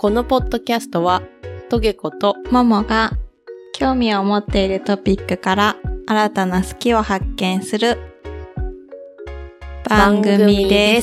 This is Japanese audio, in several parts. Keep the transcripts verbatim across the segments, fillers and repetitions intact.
このポッドキャストはトゲコとももが興味を持っているトピックから新たな好きを発見する番組です。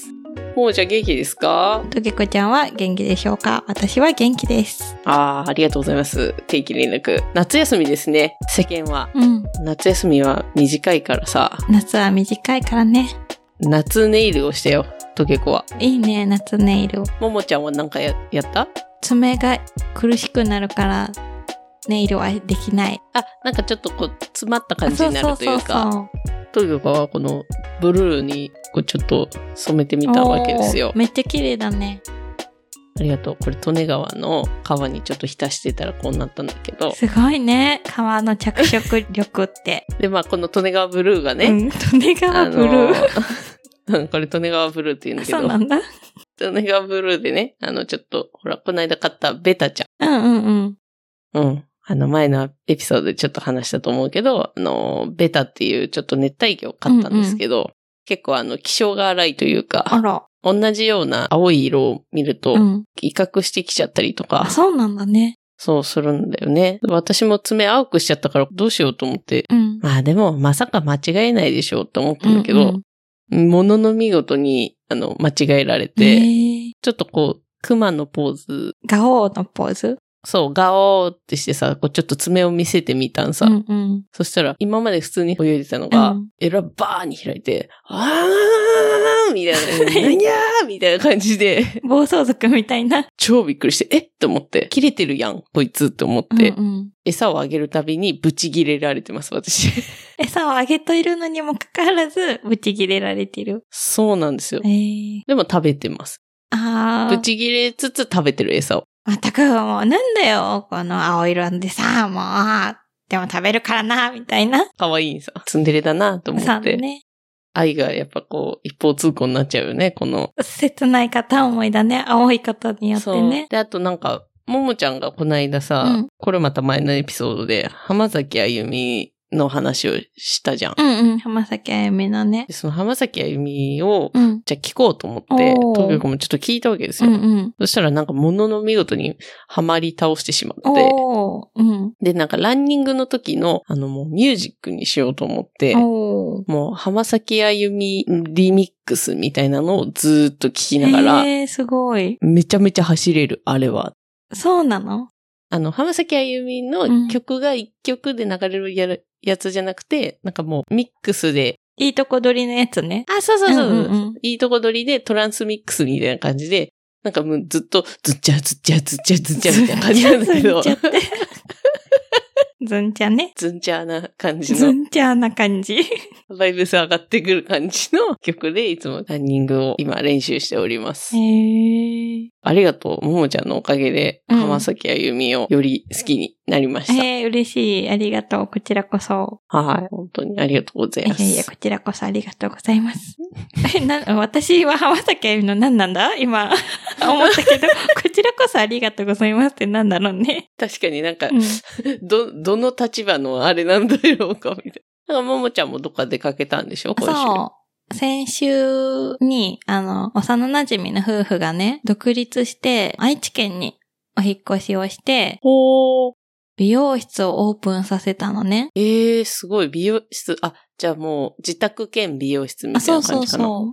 もうじゃあ元気ですか？ トゲコちゃんは元気でしょうか？私は元気です。 ああ、ありがとうございます。定期連絡。夏休みですね、世間は。 うん。 夏休みは短いからさ。 夏は短いからね。 夏ネイルをしてよ、トゲコは。 いいね、夏ネイル。 ももちゃんはなんか や, やった爪が苦しくなるからネイルはできない。 あ、なんかちょっとこう詰まった感じになるというか。 そうそうそうそう。 トゲコはこのブルーにこうちょっと染めてみたわけですよ。 めっちゃ綺麗だね。 ありがとう。これ利根川の川にちょっと浸してたらこうなったんだけど。 すごいね、川の着色力って。 で、まあこの利根川ブルーがね。 うん、利根川ブルー。 あのー、これ利根川ブルーって言うんだけど。 そうなんだ。 利根川ブルーでね、あのちょっと、ほら、この間買ったベタちゃん。うんうんうん。 うん。あの前のエピソードでちょっと話したと思うけど、あの、ベタっていうちょっと熱帯魚を買ったんですけど、うんうん、結構あの気性が荒いというか、 あら。 同じような青い色を見ると、威嚇してきちゃったりとか、 うん。あ、そうなんだね。 そうするんだよね。私も爪青くしちゃったからどうしようと思って、うん、まあでもまさか間違えないでしょうと思ったんだけど、うんうん、ものの見事にあの間違えられて、ちょっとこう、熊のポーズ。 ガオーのポーズ？ そう、ガオーってしてさ、こうちょっと爪を見せてみたんさ。うんうん、そしたら、今まで普通に泳いでたのが、うん、エラバーに開いて、あーみたいな、なにゃーみたいな感じで。 暴走族みたいな。 超びっくりして、えって思って、切れてるやん、こいつって思って、うんうん、餌をあげるたびにブチギレられてます、私。 餌をあげといるのにもかかわらず、ブチギレられてる。 そうなんですよ。えー、でも食べてます。 あー。 ブチギレつつ食べてる餌を。 まったくもうなんだよ、この青色でさ、もう、でも食べるからな、みたいな。 かわいいさ。ツンデレだな、と思って。 そうね。 愛がやっぱこう、一方通行になっちゃうよね、この。 切ない片思いだね、青い方によってね。 そう。で、あとなんか、ももちゃんがこの間さ、うん、これまた前のエピソードで、浜崎あゆみの話をしたじゃん。 うんうん、浜崎あゆみのね。 でその浜崎あゆみを、うん、じゃあ聞こうと思って、東京もちょっと聞いたわけですよ。うんうん、そしたらなんかものの見事にハマり倒してしまって、うん、で、なんかランニングの時の、あのもうミュージックにしようと思って、もう浜崎あゆみリミックスみたいなのをずーっと聞きながら、 えー、すごい。 めちゃめちゃ走れる、あれは。 そうなの？ あの、浜崎あゆみの曲が一曲で流れるやる、やつじゃなくて、なんかもうミックスで。 いいとこ取りのやつね。 あ、そうそうそう。うんうんうん、いいとこ取りでトランスミックスみたいな感じで、なんかもうずっとずっちゃずっちゃずっちゃずっちゃみたいな感じなんだけど。 ずんちゃって。ずんちゃね。 ずんちゃな感じの。 ずんちゃな感じ。 バイブス上がってくる感じの曲でいつもランニングを今練習しております。 へー。 ありがとう。ももちゃんのおかげで、うん、浜崎あゆみをより好きになりました。 えー、嬉しい。ありがとう。こちらこそ。 はい。本当にありがとうございます。 いやいや、こちらこそありがとうございます。え、な、私は浜崎あゆみの何なんだ今、思ったけど、こちらこそありがとうございますってなんだろうね。 確かになんか、うん、ど、どの立場のあれなんだろうか、みたいな。なんか、ももちゃんもどっか出かけたんでしょ今週。 そう。先週に、あの、幼馴染の夫婦がね、独立して、愛知県にお引っ越しをして、 ほー。 美容室をオープンさせたのね。 えー、すごい。美容室、あ、じゃあもう、自宅兼美容室みたいな感じかな。あ、そうそうそう。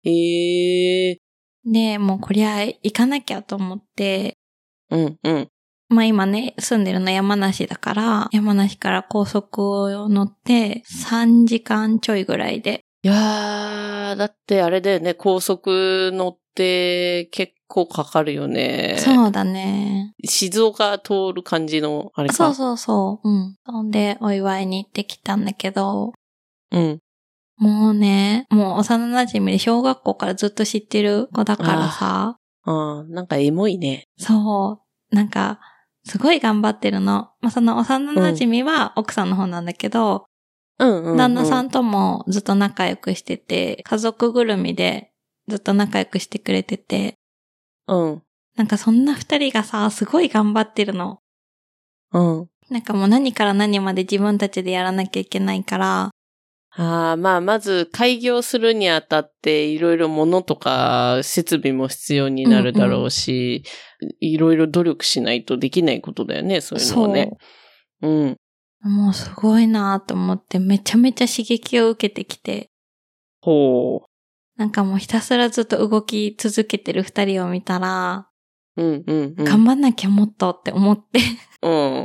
えー。 で、もうこりゃ行かなきゃと思って、 うんうん。 まあ今ね、住んでるの山梨だから、山梨から高速を乗ってさんじかんちょいぐらいで。 いやー、だってあれだよね、高速乗って結構かかるよね。 そうだね。 静岡通る感じの、あれか。 そうそうそう。うん。そんでお祝いに行ってきたんだけど。 うん。 もうね、もう幼馴染で小学校からずっと知ってる子だからさ。 ああ、なんかエモいね。 そう。なんか、すごい頑張ってるの。まあ、その幼馴染は奥さんの方なんだけど、 うんうんうんうん、 旦那さんともずっと仲良くしてて、家族ぐるみでずっと仲良くしてくれてて、 うん。 なんかそんな二人がさ、すごい頑張ってるの。 うん。 なんかもう何から何まで自分たちでやらなきゃいけないから、 ああ、まあ、まず開業するにあたっていろいろ物とか設備も必要になるだろうし、いろいろ努力しないとできないことだよね、そういうのはね。そう。うん。 もうすごいなと思ってめちゃめちゃ刺激を受けてきて。 ほう。 なんかもうひたすらずっと動き続けてる二人を見たら、 うんうんうん。 頑張んなきゃもっとって思って。 うん。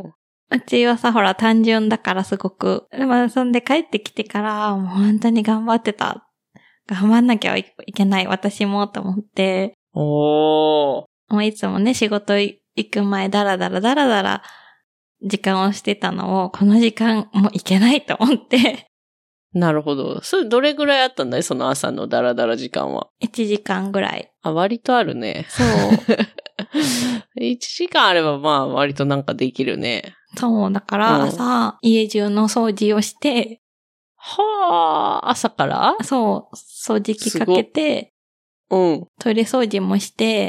うちはさ、ほら単純だからすごく。でもそんで帰ってきてから、もう本当に頑張ってた。頑張んなきゃいけない私もと思って。 おー。 もういつもね、仕事行く前ダラダラダラダラ時間をしてたのを、この時間もういけないと思って。 なるほど。それどれぐらいあったんだいその朝のダラダラ時間は。 いちじかんぐらい。 あ、割とあるね。 そう。 いちじかんあればまあ割となんかできるね。 そう、だから朝、うん、家中の掃除をして。 はあ、朝からそう、掃除機かけて。 うん。 トイレ掃除もして。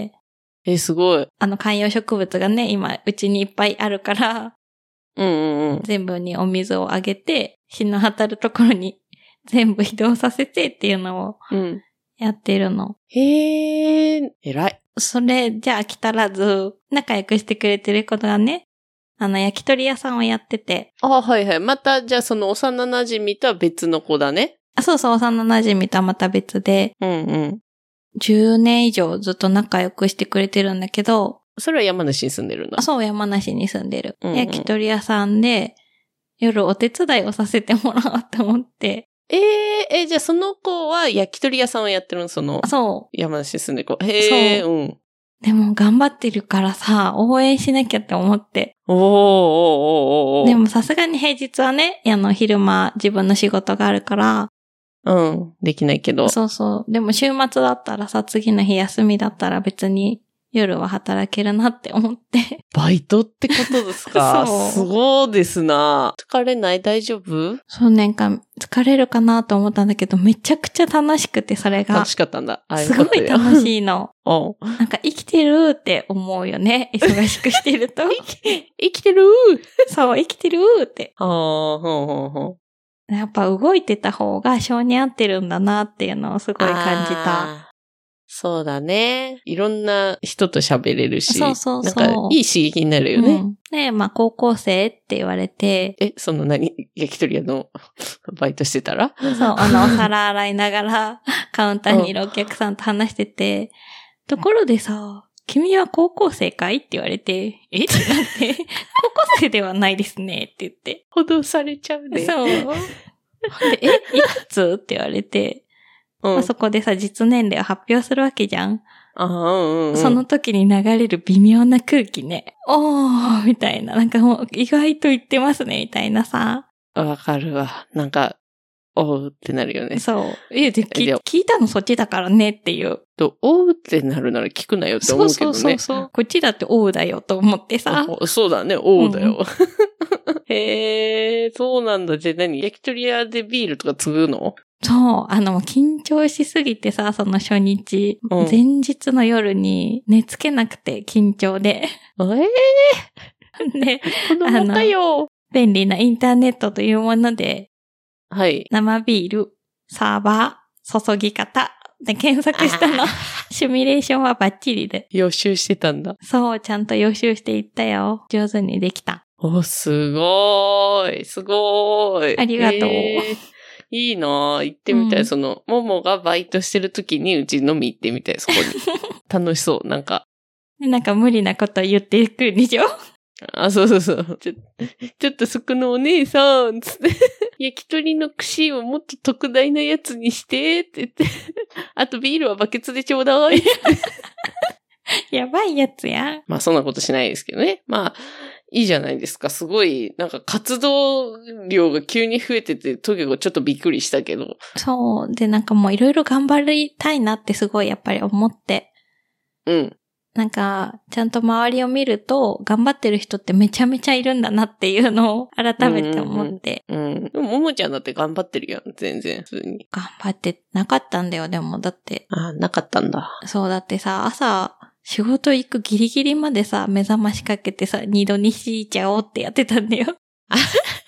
え、すごい。 あの観葉植物がね、今うちにいっぱいあるから。 うんうんうん。 全部にお水をあげて、日の当たるところに全部移動させてっていうのをやってるの。 うん、へー、偉い。 それじゃ飽き足らず、仲良くしてくれてることがね、あの焼き鳥屋さんをやってて。 あ、はいはい。またじゃあその幼馴染とは別の子だね。 あ、そうそう、幼馴染とはまた別で。 うんうん。 じゅうねん以上ずっと仲良くしてくれてるんだけど。 それは山梨に住んでるんだ。 そう、山梨に住んでる。 うんうん、 焼き鳥屋さんで、夜お手伝いをさせてもらおうと思って。 えー、え、じゃあその子は焼き鳥屋さんをやってるのその。 そう。 山梨に住んでる子。へー、そう。うん。 でも頑張ってるからさ、応援しなきゃって思って。 おーおーおーおー。 でもさすがに平日はね、あの昼間自分の仕事があるから。 うん、できないけど。 そうそう。でも週末だったらさ、次の日休みだったら別に夜は働けるなって思って。 バイトってことですかそう。すごいですな。疲れない？大丈夫？ そうなんか疲れるかなと思ったんだけど、めちゃくちゃ楽しくて、それが。 楽しかったんだ。 あ、すごい楽しいの。 おなんか生きてるって思うよね。忙しくしてると。 生きてるそう、生きてるって。 ああ、ほうほうほう。 やっぱ動いてた方が性に合ってるんだなっていうのをすごい感じた。 そうだね。いろんな人と喋れるし。 そうそうそう。 なんかいい刺激になるよね。うん、 で、まあ高校生って言われて。 え、その何焼き鳥屋のバイトしてたらそう、あのお皿洗いながらカウンターにいるお客さんと話してて、ところでさ、君は高校生かいって言われて、えってなって、高校生ではないですねって言って。 脅されちゃうね。 そう。でえ、いくつって言われて、うんまあ、そこでさ、実年齢を発表するわけじゃん。 あうんうん、 その時に流れる微妙な空気ね。おーみたいな。なんかもう意外と言ってますね、みたいなさ。 わかるわ。なんか、おうってなるよね。 そう。え、で、聞いたのそっちだからねっていう。 と、おうってなるなら聞くなよって思うけどね。 そうそうそうそう。こっちだっておうだよと思ってさ。 そうだね、おうだよ。うん、へえ、そうなんだ。じゃあ何焼き鳥屋でビールとか継ぐの？ そう。あの、緊張しすぎてさ、その初日。うん、前日の夜に寝つけなくて、緊張で。 ええー、で、 子供かよ。 便利なインターネットというもので、 はい。 生ビール、サーバー、注ぎ方で検索したの。シミュレーションはバッチリで。 予習してたんだ。 そう、ちゃんと予習していったよ。上手にできた。 お、すごーい。すごーい。 ありがとう。 えー、いいなぁ。行ってみたい。うん、その、ももがバイトしてる時にうち飲み行ってみたい。そこに。楽しそう。なんか。 なんか無理なこと言ってくるんでしょ？ あ、そうそうそう。ちょ、ちょっとそこのお姉さん、つって。焼き鳥の串をもっと特大なやつにして、って言って。あとビールはバケツでちょうだい。 やばいやつや。 まあそんなことしないですけどね。まあ、いいじゃないですか。すごい、なんか活動量が急に増えてて、トゲがちょっとびっくりしたけど。 そう。で、なんかもういろいろ頑張りたいなってすごいやっぱり思って。 うん。 なんか、ちゃんと周りを見ると、頑張ってる人ってめちゃめちゃいるんだなっていうのを改めて思って。 うん、うんうん。でも、ももちゃんだって頑張ってるやん、全然、普通に。 頑張ってなかったんだよ、でも、だって。 ああ、なかったんだ。 そう、だってさ、朝、仕事行くギリギリまでさ、目覚ましかけてさ、二度にしちゃおうってやってたんだよ。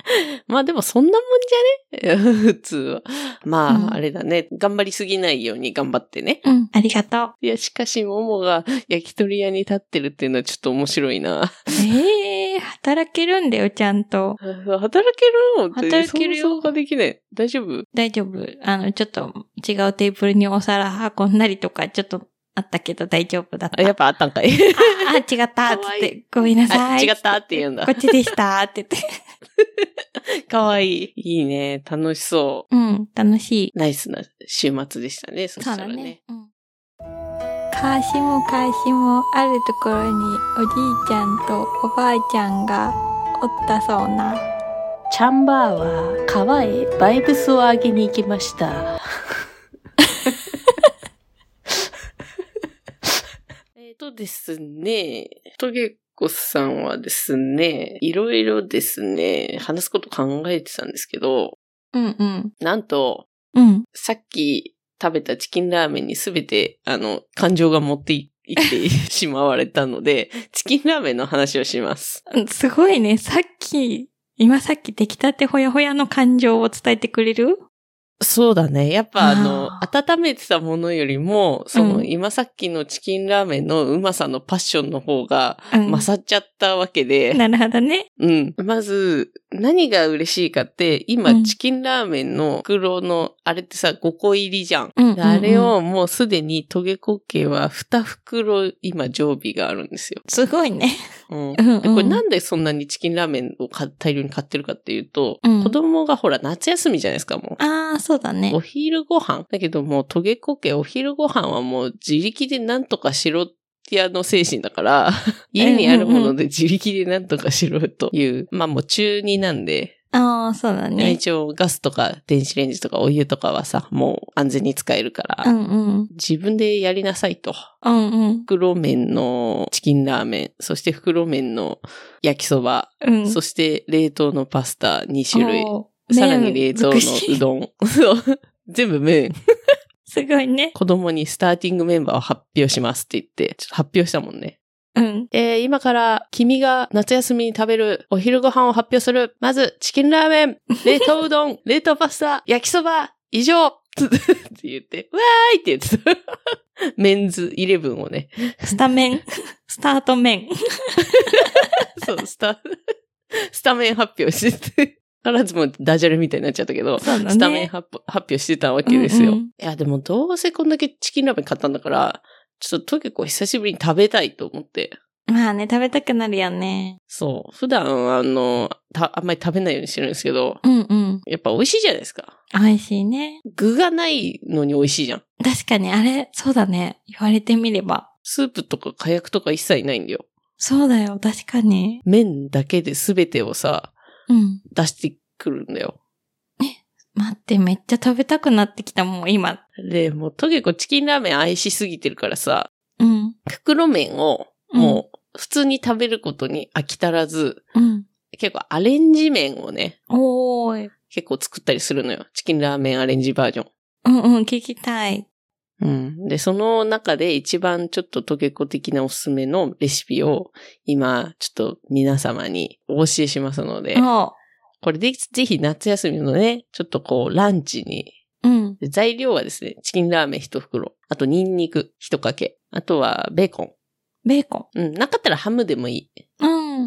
まあでもそんなもんじゃね普通は。まあ、うん、あれだね。頑張りすぎないように頑張ってね。 うん、ありがとう。 いや、しかし、ももが焼き鳥屋に立ってるっていうのはちょっと面白いな。 ええー、働けるんだよ、ちゃんと。 働けるの働けるよ。 想像ができない。大丈夫？ 大丈夫。あの、ちょっと違うテーブルにお皿運んだりとか、ちょっとあったけど大丈夫だった。 あ、やっぱあったんかい。 あ、あ違ったっつって、ごめんなさい。 違ったって言うんだ。 こっちでしたって言って。 かわいい。いいね。楽しそう。 うん、楽しい。 ナイスな週末でしたね。そしたらね。そうだね。うん。 かしもかしもあるところにおじいちゃんとおばあちゃんがおったそうな。 チャンバーは川へバイブスを上げに行きました。えっとですね、トゲコさんはですね、いろいろですね、話すこと考えてたんですけど、 うんうん。 なんと、 うん、 さっき食べたチキンラーメンにすべて、あの、感情が持っていってしまわれたので、チキンラーメンの話をします。 すごいね。さっき、今さっき出来たてほやほやの感情を伝えてくれる？ そうだね。やっぱあの、温めてたものよりも、その、うん、今さっきのチキンラーメンのうまさのパッションの方が勝っちゃったわけで。 うん、なるほどね。 うん。まず、何が嬉しいかって、今、うん、チキンラーメンの袋の、あれってさ、ごこ入りじゃん。うんうんうん、あれをもうすでにトゲコ家はに袋今常備があるんですよ。 すごいね。 うん。でこれなんでそんなにチキンラーメンを大量に買ってるかっていうと、うん、子供がほら夏休みじゃないですか、もう。 ああ、そうだね。 お昼ご飯だけどもうトゲコ家お昼ご飯はもう自力でなんとかしろってやの精神だから、家にあるもので自力でなんとかしろという、うんうんうん、まあもう中になんで、 ああ、そうだね。 一応ガスとか電子レンジとかお湯とかはさ、もう安全に使えるから、 うんうん、 自分でやりなさいと。 うんうん、 袋麺のチキンラーメン、そして袋麺の焼きそば、うん、そして冷凍のパスタに種類、さらに冷凍のうどん。全部麺。 すごいね。 子供にスターティングメンバーを発表しますって言って、ちょっと発表したもんね。 うん。 えー、今から君が夏休みに食べるお昼ご飯を発表する。まず、チキンラーメン、冷凍うどん、冷凍パスタ、焼きそば、以上って言って、わーいって言ってた。メンズイレブンをね。 スタメン、スタートメン。 そう、スタ、スタメン発表してて。からずもダジャレみたいになっちゃったけど、ね、スタメン発表してたわけですよ。うんうん、いや、でもどうせこんだけチキンラーメン買ったんだから、ちょっと結構久しぶりに食べたいと思って。 まあね、食べたくなるよね。 そう。普段、あの、た、あんまり食べないようにしてるんですけど、 うんうん。 やっぱ美味しいじゃないですか。 美味しいね。 具がないのに美味しいじゃん。 確かに、あれ、そうだね。言われてみれば。 スープとか火薬とか一切ないんだよ。 そうだよ、確かに。 麺だけで全てをさ、 うん。 出してくるんだよ。 え、待って、めっちゃ食べたくなってきたもん、今。 で、もうとにかくチキンラーメン愛しすぎてるからさ、 うん。 袋麺を、もう、普通に食べることに飽き足らず、 うん。 結構アレンジ麺をね、 おーい。 結構作ったりするのよ。チキンラーメンアレンジバージョン。 うんうん、聞きたい。 うん。で、その中で一番ちょっとトゲコ的なおすすめのレシピを、今、ちょっと皆様にお教えしますので、これでぜひ夏休みのね、ちょっとこうランチに、 うん、 材料はですね、チキンラーメン一袋、あとニンニク一かけ、あとはベーコン。 ベーコンうん、なかったらハムでもいい。 うん。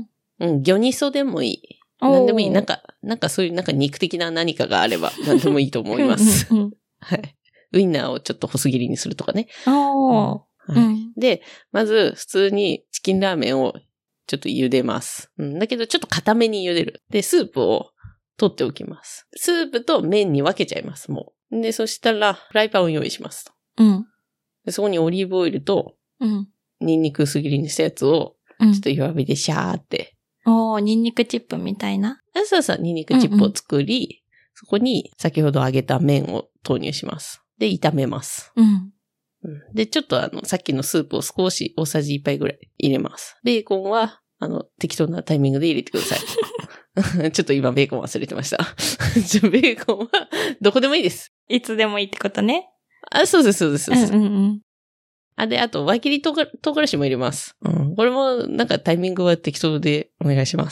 うん、魚味噌でもいい。なんでもいい。なんか、なんかそういうなんか肉的な何かがあれば、なんでもいいと思います。 うんうんうん、 はい。ウインナーをちょっと細切りにするとかね。 おー。 うんはいうん、で、まず普通にチキンラーメンをちょっと茹でます。うん、だけどちょっと固めに茹でる。で、スープを取っておきます。スープと麺に分けちゃいます、もう。で、そしたらフライパンを用意しますと。 うん。 でそこにオリーブオイルと、 うん。 ニンニク薄切りにしたやつを、ちょっと弱火でシャーって。 うん、おー、ニンニクチップみたいな。 そうそう、ニンニクチップを作り、うんうん、そこに先ほど揚げた麺を投入します。で、炒めます。 うん。 で、ちょっとあの、さっきのスープを少し大さじいっぱいぐらい入れます。ベーコンは、あの、適当なタイミングで入れてください。ちょっと今ベーコン忘れてました。じゃベーコンは、どこでもいいです。 いつでもいいってことね。 あ、そうです、そうです。 うんうんうん。 あ、で、あと、輪切り唐辛子も入れます。うん。これも、なんかタイミングは適当でお願いします。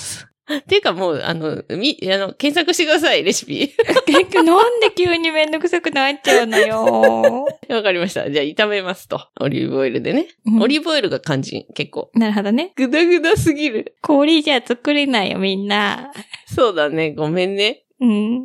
っていうかもう、あの、み、あの、検索してください、レシピ。 なんで急にめんどくさくなっちゃうのよ。 わかりました。じゃあ、炒めますと。オリーブオイルでね。うん、オリーブオイルが肝心、結構。 なるほどね。 ぐだぐだすぎる。 氷じゃ作れないよ、みんな。 そうだね。ごめんね。 うん。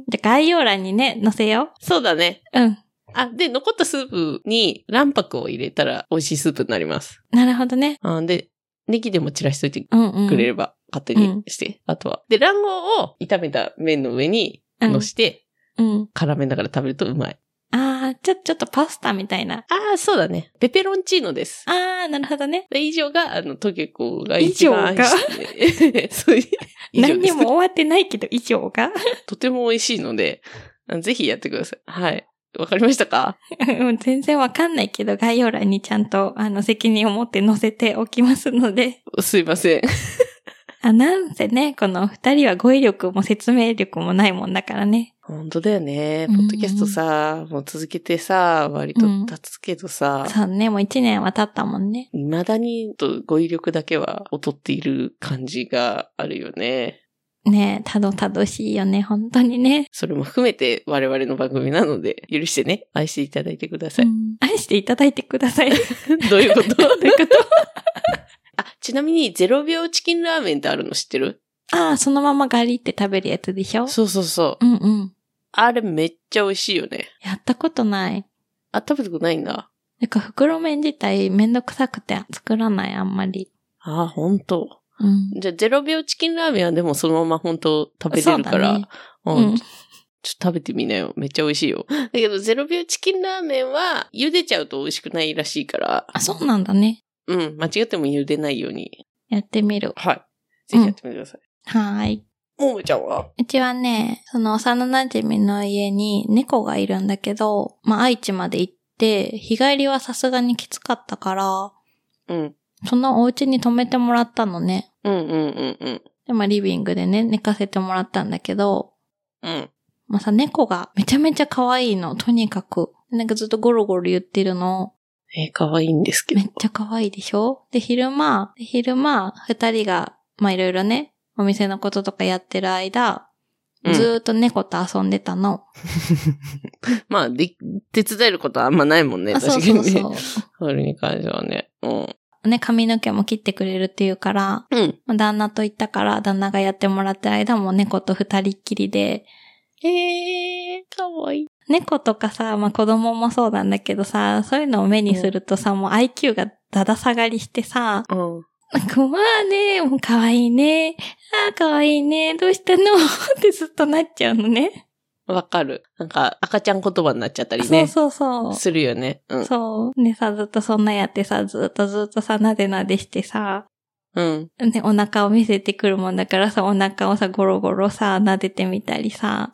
じゃあ、概要欄にね、載せよう。そうだね。 うん。 あ、で、残ったスープに卵白を入れたら美味しいスープになります。 なるほどね。 あで、ネギでも散らしといてくれれば、勝手にして、うんうん、あとは。で、卵黄を炒めた麺の上に乗して、うん、絡めながら食べるとうまい。 ああ、ちょ、ちょっとパスタみたいな。 ああ、そうだね。ペペロンチーノです。 ああ、なるほどね。 以上が、あの、トゲコが一番愛して。そういう。 何にも終わってないけど、以上が。 とても美味しいので、ぜひやってください。はい。わかりましたか？ 全然わかんないけど、概要欄にちゃんと、あの、責任を持って載せておきますので。 すいません。 あ、なんせね、この二人は語彙力も説明力もないもんだからね。 本当だよね。ポッドキャストさ、うん、もう続けてさ、割と経つけどさ。 うん、そうね、もう一年は経ったもんね。 未だにと語彙力だけは劣っている感じがあるよね。 ねえ、たどたどしいよね、本当にね。 それも含めて我々の番組なので、許してね、愛していただいてください。うん、 愛していただいてください。 どういうことどういうことあ、ちなみにゼロびょうチキンラーメンってあるの知ってる？ ああ、そのままガリって食べるやつでしょ？ そうそうそう。 うんうん。 あれめっちゃ美味しいよね。 やったことない。 あ、食べたことないんだ。 なんか袋麺自体めんどくさくて作らない、あんまり。 ああ、ほんと。 うん、 じゃあ、ゼロびょうチキンラーメンはでもそのまま本当食べれるから、ね、うん、うん。ちょっと食べてみなよ。めっちゃ美味しいよ。だけど、ゼロびょうチキンラーメンは茹でちゃうと美味しくないらしいから。 あ、そうなんだね。 うん。間違っても茹でないように。 やってみる。 はい。ぜひやってみてください。 うん、はーい。 ももちゃんは？ うちはね、その幼馴染の家に猫がいるんだけど、まあ、愛知まで行って、日帰りはさすがにきつかったから、 うん。 そのお家に泊めてもらったのね。 うんうんうんうん。 で、まあリビングでね、寝かせてもらったんだけど、 うん。 まあさ、猫がめちゃめちゃ可愛いの、とにかく。なんかずっとゴロゴロ言ってるの。 えー、可愛いんですけど。 めっちゃ可愛いでしょ？で、昼間、昼間、二人が、まあいろいろね、お店のこととかやってる間、ずーっと猫と遊んでたの。 うん、まあ、で、手伝えることはあんまないもんね、確かにね。そうそうそう。それに関してはね。うん。 ね、髪の毛も切ってくれるっていうから、 うん。 まあ、旦那と行ったから、旦那がやってもらってる間も猫と二人っきりで。 えー、かわいい。 猫とかさ、まあ子供もそうなんだけどさ、そういうのを目にするとさ、うん、もう アイキュー がだだ下がりしてさ、 うん。 なんかまあね、もう可愛いね。ああ、可愛いね。どうしたのってずっとなっちゃうのね。 わかる。なんか赤ちゃん言葉になっちゃったりね。 そうそうそう。 するよね。うん。 そう。でさ、ずっとそんなやってさ、ずっとずっとさ、なでなでしてさ。 うん。 ね、お腹を見せてくるもんだからさ、お腹をさ、ゴロゴロさ、なでてみたりさ。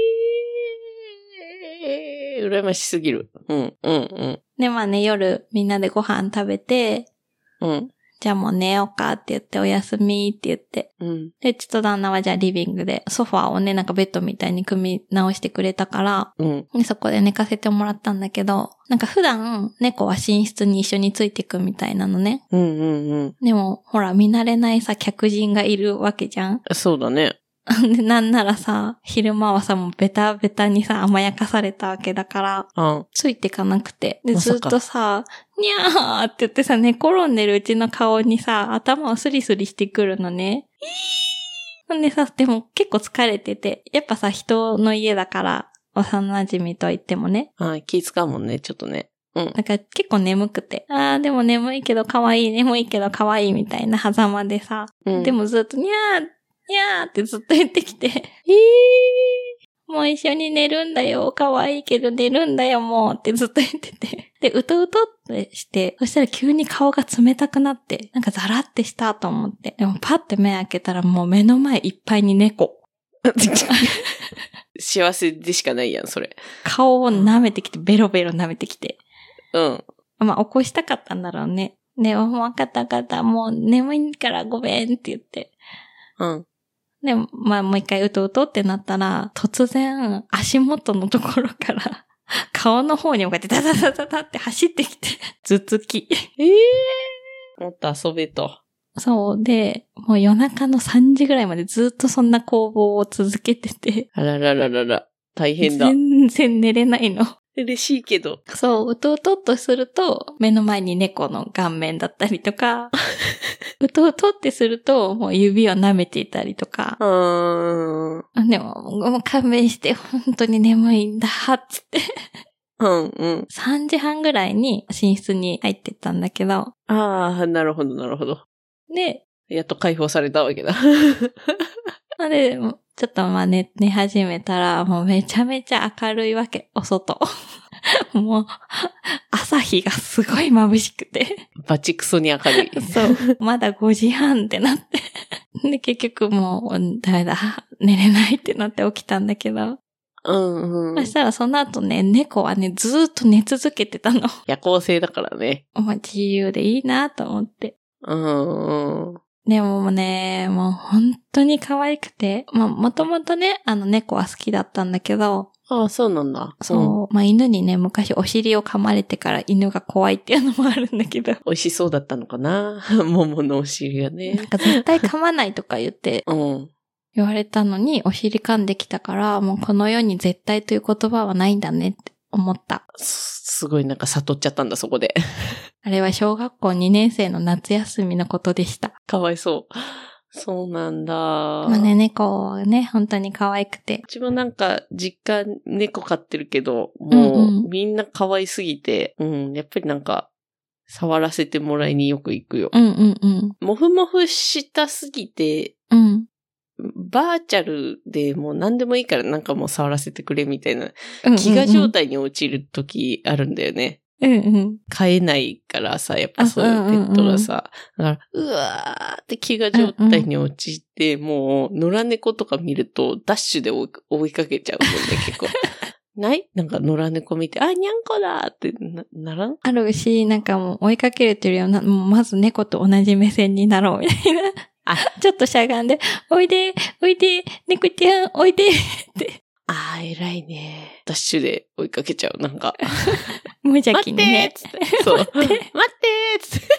えー、羨ましすぎる。うん、うん、うん。 で、まあね、夜みんなでご飯食べて、 うん。 じゃあもう寝ようかって言って、おやすみって言って。 うん。 で、ちょっと旦那はじゃあリビングで、ソファーをね、なんかベッドみたいに組み直してくれたから、 うん。 で、そこで寝かせてもらったんだけど、なんか普段、猫は寝室に一緒についてくみたいなのね。 うんうんうん。 でも、ほら、見慣れないさ、客人がいるわけじゃん。 そうだね。 で、なんならさ、昼間はさ、もうベタベタにさ、甘やかされたわけだから、 うん、 ついてかなくて。で、ずっとさ、にゃーって言ってさ、寝転んでるうちの顔にさ、頭をスリスリしてくるのね。ほんでさ、でも結構疲れてて、やっぱさ、人の家だから、幼馴染とは言ってもね。 はい、気使うもんね、ちょっとね。うん。 なんか結構眠くて、あーでも眠いけど可愛い、眠いけど可愛いみたいな狭間でさ、うん、でもずっとにゃー、にゃーってずっと言ってきて、えー、もう一緒に寝るんだよ、可愛いけど寝るんだよ、もうってずっと言ってて。で、うとうとってして、そしたら急に顔が冷たくなって、なんかザラってしたと思って。でもパッて目開けたらもう目の前いっぱいに猫。 幸せでしかないやん、それ。 顔を舐めてきて、ベロベロ舐めてきて。 うん。 まあ、起こしたかったんだろうね。ね、もうわかったわかった、もう眠いからごめんって言って。 うん。 で、まあもう一回うとうとってなったら、突然足元のところから顔の方に向かってダダダダダって走ってきて、頭突き。 ええー、もっと遊べと。 そう。で、もう夜中のさんじぐらいまでずっとそんな攻防を続けてて。 あららららら。大変だ。 全然寝れないの。 嬉しいけど。 そう、うとうとっとすると、目の前に猫の顔面だったりとか、うとうとってすると、もう指を舐めていたりとか。 うーん。でも、もう勘弁して、本当に眠いんだ、つって。 うんうん。 さんじはんぐらいに寝室に入ってったんだけど。ああ、なるほど、なるほど。 で、 やっと解放されたわけだ。 で、ちょっとまあ寝、寝始めたら、もうめちゃめちゃ明るいわけ、お外。もう、朝日がすごい眩しくて。 バチクソに明るい。 そう。まだごじはんってなって。で、結局もう、ダメだ、寝れないってなって起きたんだけど。 うんうん。 そしたらその後ね、猫はね、ずーっと寝続けてたの。 夜行性だからね。 まあ自由でいいなと思って。 うんうん。 でもね、もう本当に可愛くて。まあもともとね、あの猫は好きだったんだけど。 ああ、そうなんだ。 そう。うん、まあ犬にね、昔お尻を噛まれてから犬が怖いっていうのもあるんだけど。 美味しそうだったのかな桃のお尻がね。 なんか絶対噛まないとか言って。 うん。 言われたのにお尻噛んできたから、もうこの世に絶対という言葉はないんだねって思った。 す, すごいなんか悟っちゃったんだ、そこで。 あれは小学校にねん生の夏休みのことでした。 かわいそう。そうなんだ。まあね、猫はね、本当に可愛くて。 うちもなんか実家猫飼ってるけど、もう、うんうん、みんな可愛すぎて、うん、やっぱりなんか、触らせてもらいによく行くよ。 うんうんうん。 もふもふしたすぎて、 うん。 バーチャルでもう何でもいいからなんかもう触らせてくれみたいな、飢餓状態に陥る時あるんだよね。 うんうん。 飼えないからさ、やっぱそういうペットがさ、だから、うわーって飢餓状態に陥って、うんうん、もう野良猫とか見るとダッシュで追いかけちゃうんだよね、結構。ないなんか野良猫見て、あ、にゃんこだって な, ならんあるし、なんかもう追いかけるっていうよりは、もうまず猫と同じ目線になろうみたいな。あ、ちょっとしゃがんで、おいで、おいで、猫ちゃん、おいでって。 ああ、偉いね。ダッシュで追いかけちゃう、なんか。 無邪気にね。 待ってーっつって。そう。待ってーっつって。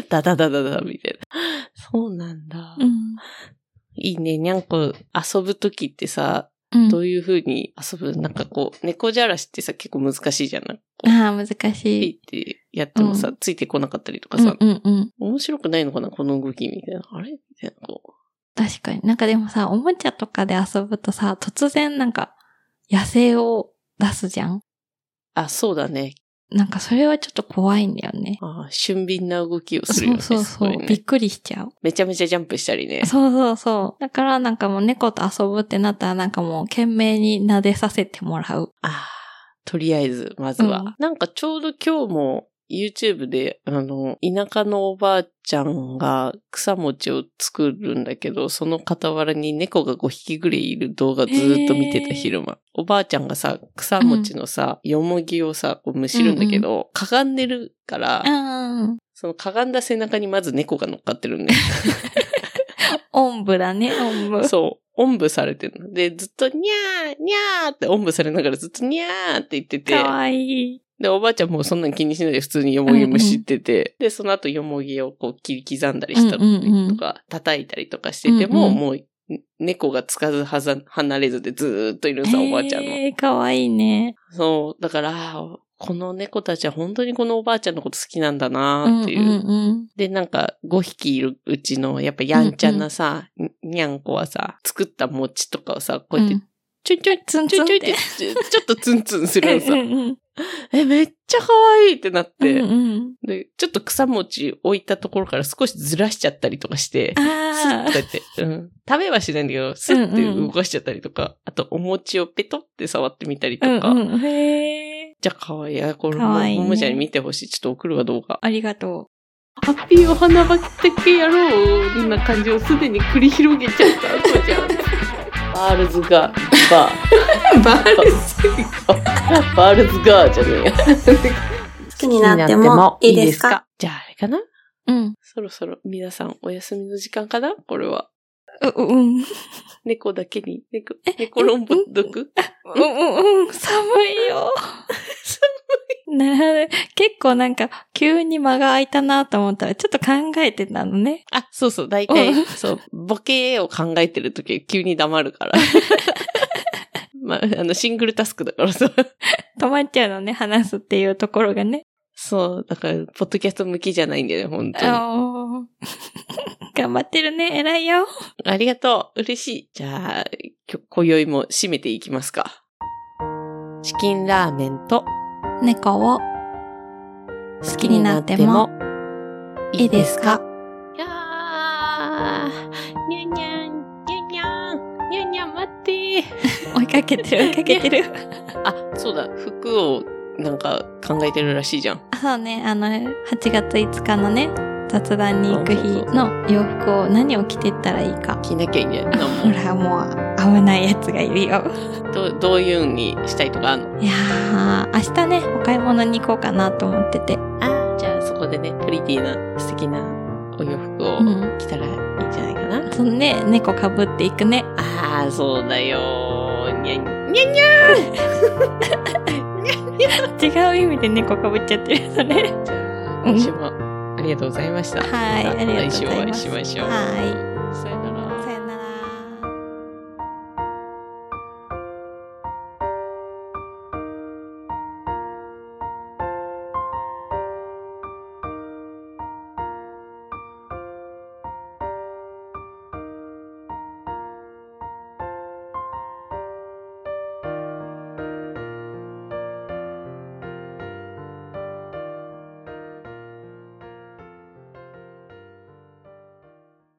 ダダダダダみたいな。そうなんだ。 うん、 いいね、にゃんこ遊ぶときってさ、うん、どういう風に遊ぶなんかこう、猫じゃらしってさ、結構難しいじゃない？ ああ、難しい。 ってやってもさ、うん、ついてこなかったりとかさ、 うんうんうん、 面白くないのかなこの動きみたいな。あれみたいな、こう。 確かに。なんかでもさ、おもちゃとかで遊ぶとさ、突然なんか、野生を出すじゃん？ あ、そうだね。 なんかそれはちょっと怖いんだよね。 ああ、俊敏な動きをするよね。 そうそうそう、ね。びっくりしちゃう。 めちゃめちゃジャンプしたりね。 そうそうそう。だからなんかもう猫と遊ぶってなったらなんかもう懸命に撫でさせてもらう。 ああ、とりあえず、まずは。うん、なんかちょうど今日も YouTube で、あの、田舎のおばあちゃんが草餅を作るんだけど、その傍らに猫がごひきぐらいいる動画ずーっと見てた昼間。おばあちゃんがさ、草餅のさ、うん、よもぎをさ、こうむしるんだけど、うんうん、かがんでるから、 うん、 そのかがんだ背中にまず猫が乗っかってるね。 おんぶだね、おんぶ。 そう。おんぶされてるの。で、ずっとにゃー、にゃーっておんぶされながらずっとにゃーって言ってて。 かわいい。 で、おばあちゃんもそんなん気にしないで普通によもぎむしってて、うんうん、で、その後よもぎをこう切り刻んだりしたりとか、うんうんうん、叩いたりとかしてても、うんうん、もう猫がつかずはざ離れずでずーっといるんさ、おばあちゃんの。 えー、かわいいね。 そう。だから、この猫たちは本当にこのおばあちゃんのこと好きなんだなっていう。うんうんうん、で、なんかごひきいるうちのやっぱやんちゃなさ、うんうん、にゃんこはさ、作った餅とかをさ、こうやって、うん、ちょいちょい、ツンツンって、ちょっとツンツンするのさ。うんうん、え、めっちゃ可愛いってなって、うんうん、で、ちょっと草餅置いたところから少しずらしちゃったりとかして、スッとかやって、うん、食べはしないんだけど、スッて動かしちゃったりとか、うんうん、あとお餅をペトって触ってみたりとか、 うんうん、へー、 じゃあ可愛い。これも、ももちゃんに見てほしい。ちょっと送るわ、動画。 ありがとう。ハッピーお花畑野郎な感じをすでに繰り広げちゃった、こちゃん。バールズガー、バー。バールズガー。バールズガーじゃねえや。 好きになってもいいですか？ じゃああれかな？ うん。 そろそろ皆さんお休みの時間かな？これは。 う、うん。 猫だけに、猫、猫論文読？ うんうんうん、寒いよ。 寒い。 なるほど。結構なんか、急に間が空いたなと思ったら、ちょっと考えてたのね。 あ、そうそう、大体、そう、ボケを考えてるとき急に黙るから。まあ、あの、シングルタスクだからさ。 止まっちゃうのね、話すっていうところがね。 そう、だから、ポッドキャスト向きじゃないんだよね、本当に。 頑張ってるね、偉いよ。 ありがとう、嬉しい。じゃあ、今宵も締めていきますか。チキンラーメンと猫を好きになってもいいですか？ いやー、にゃんにゃん、にゃんにゃん、にゃんにゃん待ってー。 追いかけてる、追いかけてる。 あ、そうだ、服をなんか考えてるらしいじゃん。 そうね、あの、はちがついつかのね、雑談に行く日の洋服を何を着てったらいいか。 着なきゃいいんじゃないの？ ほら、もう危ないやつがいるよ。 ど, どういう風にしたいとかあるの？ いやー、明日ね、お買い物に行こうかなと思ってて。 あー、じゃあそこでね、プリティな素敵なお洋服を着たらいいんじゃないかな。 うん、そのね、猫かぶっていくね。 あー、そうだよー。にゃん、にゃんにゃー違う意味で猫かぶっちゃってる、それ。 じゃあ、今週もありがとうございました。 はい、ありがとうございます。 来週お会いしましょう。 はい。